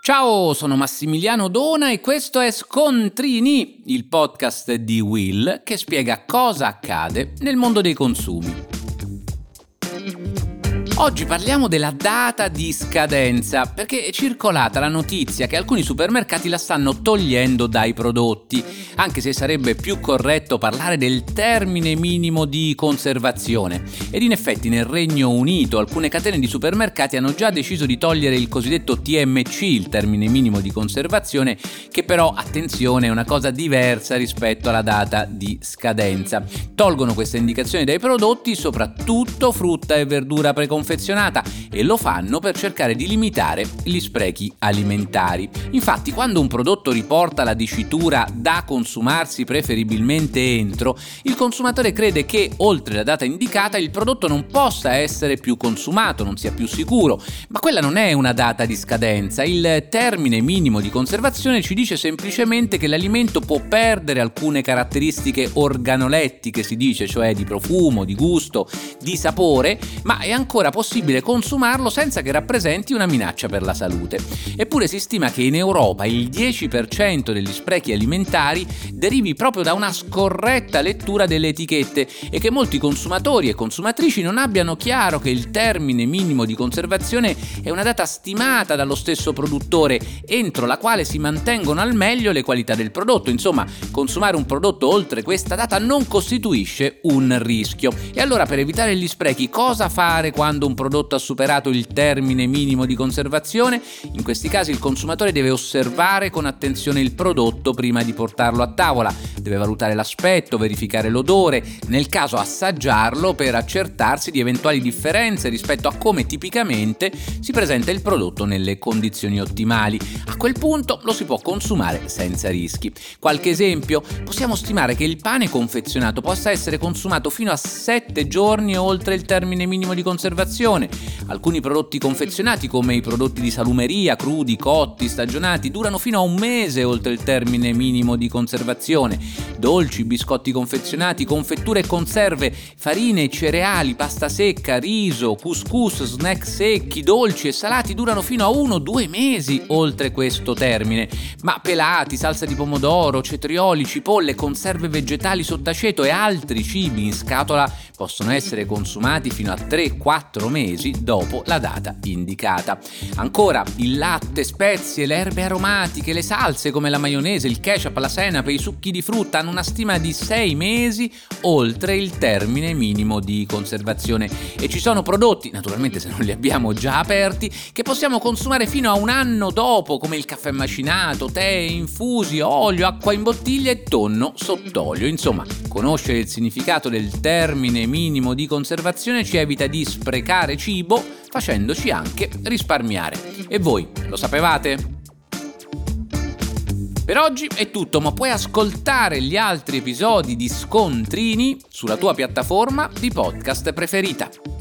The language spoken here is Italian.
Ciao, sono Massimiliano Dona e questo è Scontrini, il podcast di Will che spiega cosa accade nel mondo dei consumi. Oggi parliamo della data di scadenza, perché è circolata la notizia che alcuni supermercati la stanno togliendo dai prodotti, anche se sarebbe più corretto parlare del termine minimo di conservazione. Ed in effetti nel Regno Unito alcune catene di supermercati hanno già deciso di togliere il cosiddetto TMC, il termine minimo di conservazione, che però, attenzione, è una cosa diversa rispetto alla data di scadenza. Tolgono questa indicazione dai prodotti, soprattutto frutta e verdura preconfezionata, e lo fanno per cercare di limitare gli sprechi alimentari. Infatti, quando un prodotto riporta la dicitura da consumarsi preferibilmente entro, il consumatore crede che, oltre la data indicata, il prodotto non possa essere più consumato, non sia più sicuro, ma quella non è una data di scadenza. Il termine minimo di conservazione ci dice semplicemente che l'alimento può perdere alcune caratteristiche organolettiche, si dice, cioè di profumo, di gusto, di sapore, ma è ancora possibile consumarlo senza che rappresenti una minaccia per la salute. Eppure si stima che in Europa il 10% degli sprechi alimentari derivi proprio da una scorretta lettura delle etichette e che molti consumatori e consumatrici non abbiano chiaro che il termine minimo di conservazione è una data stimata dallo stesso produttore, entro la quale si mantengono al meglio le qualità del prodotto. Insomma, consumare un prodotto oltre questa data non costituisce un rischio. E allora, per evitare gli sprechi, cosa fare quando un prodotto ha superato il termine minimo di conservazione? In questi casi il consumatore deve osservare con attenzione il prodotto prima di portarlo a tavola, deve valutare l'aspetto, verificare l'odore, nel caso assaggiarlo per accertarsi di eventuali differenze rispetto a come tipicamente si presenta il prodotto nelle condizioni ottimali. A quel punto lo si può consumare senza rischi. Qualche esempio: possiamo stimare che il pane confezionato possa essere consumato fino a 7 giorni oltre il termine minimo di conservazione. Alcuni prodotti confezionati, come i prodotti di salumeria, crudi, cotti, stagionati, durano fino a un mese oltre il termine minimo di conservazione. Dolci, biscotti confezionati, confetture e conserve, farine, cereali, pasta secca, riso, couscous, snack secchi, dolci e salati durano fino a 1-2 mesi oltre questo termine. Ma pelati, salsa di pomodoro, cetrioli, cipolle, conserve vegetali sott'aceto e altri cibi in scatola possono essere consumati fino a 3-4 mesi dopo la data indicata. Ancora, il latte, spezie, le erbe aromatiche, le salse come la maionese, il ketchup, la senape, i succhi di frutta hanno una stima di 6 mesi oltre il termine minimo di conservazione. E ci sono prodotti, naturalmente se non li abbiamo già aperti, che possiamo consumare fino a un anno dopo, come il caffè macinato, tè, infusi, olio, acqua in bottiglia e tonno sott'olio. Insomma, conoscere il significato del termine minimo di conservazione ci evita di sprecare cibo, facendoci anche risparmiare. E voi lo sapevate? Per oggi è tutto, ma puoi ascoltare gli altri episodi di Scontrini sulla tua piattaforma di podcast preferita.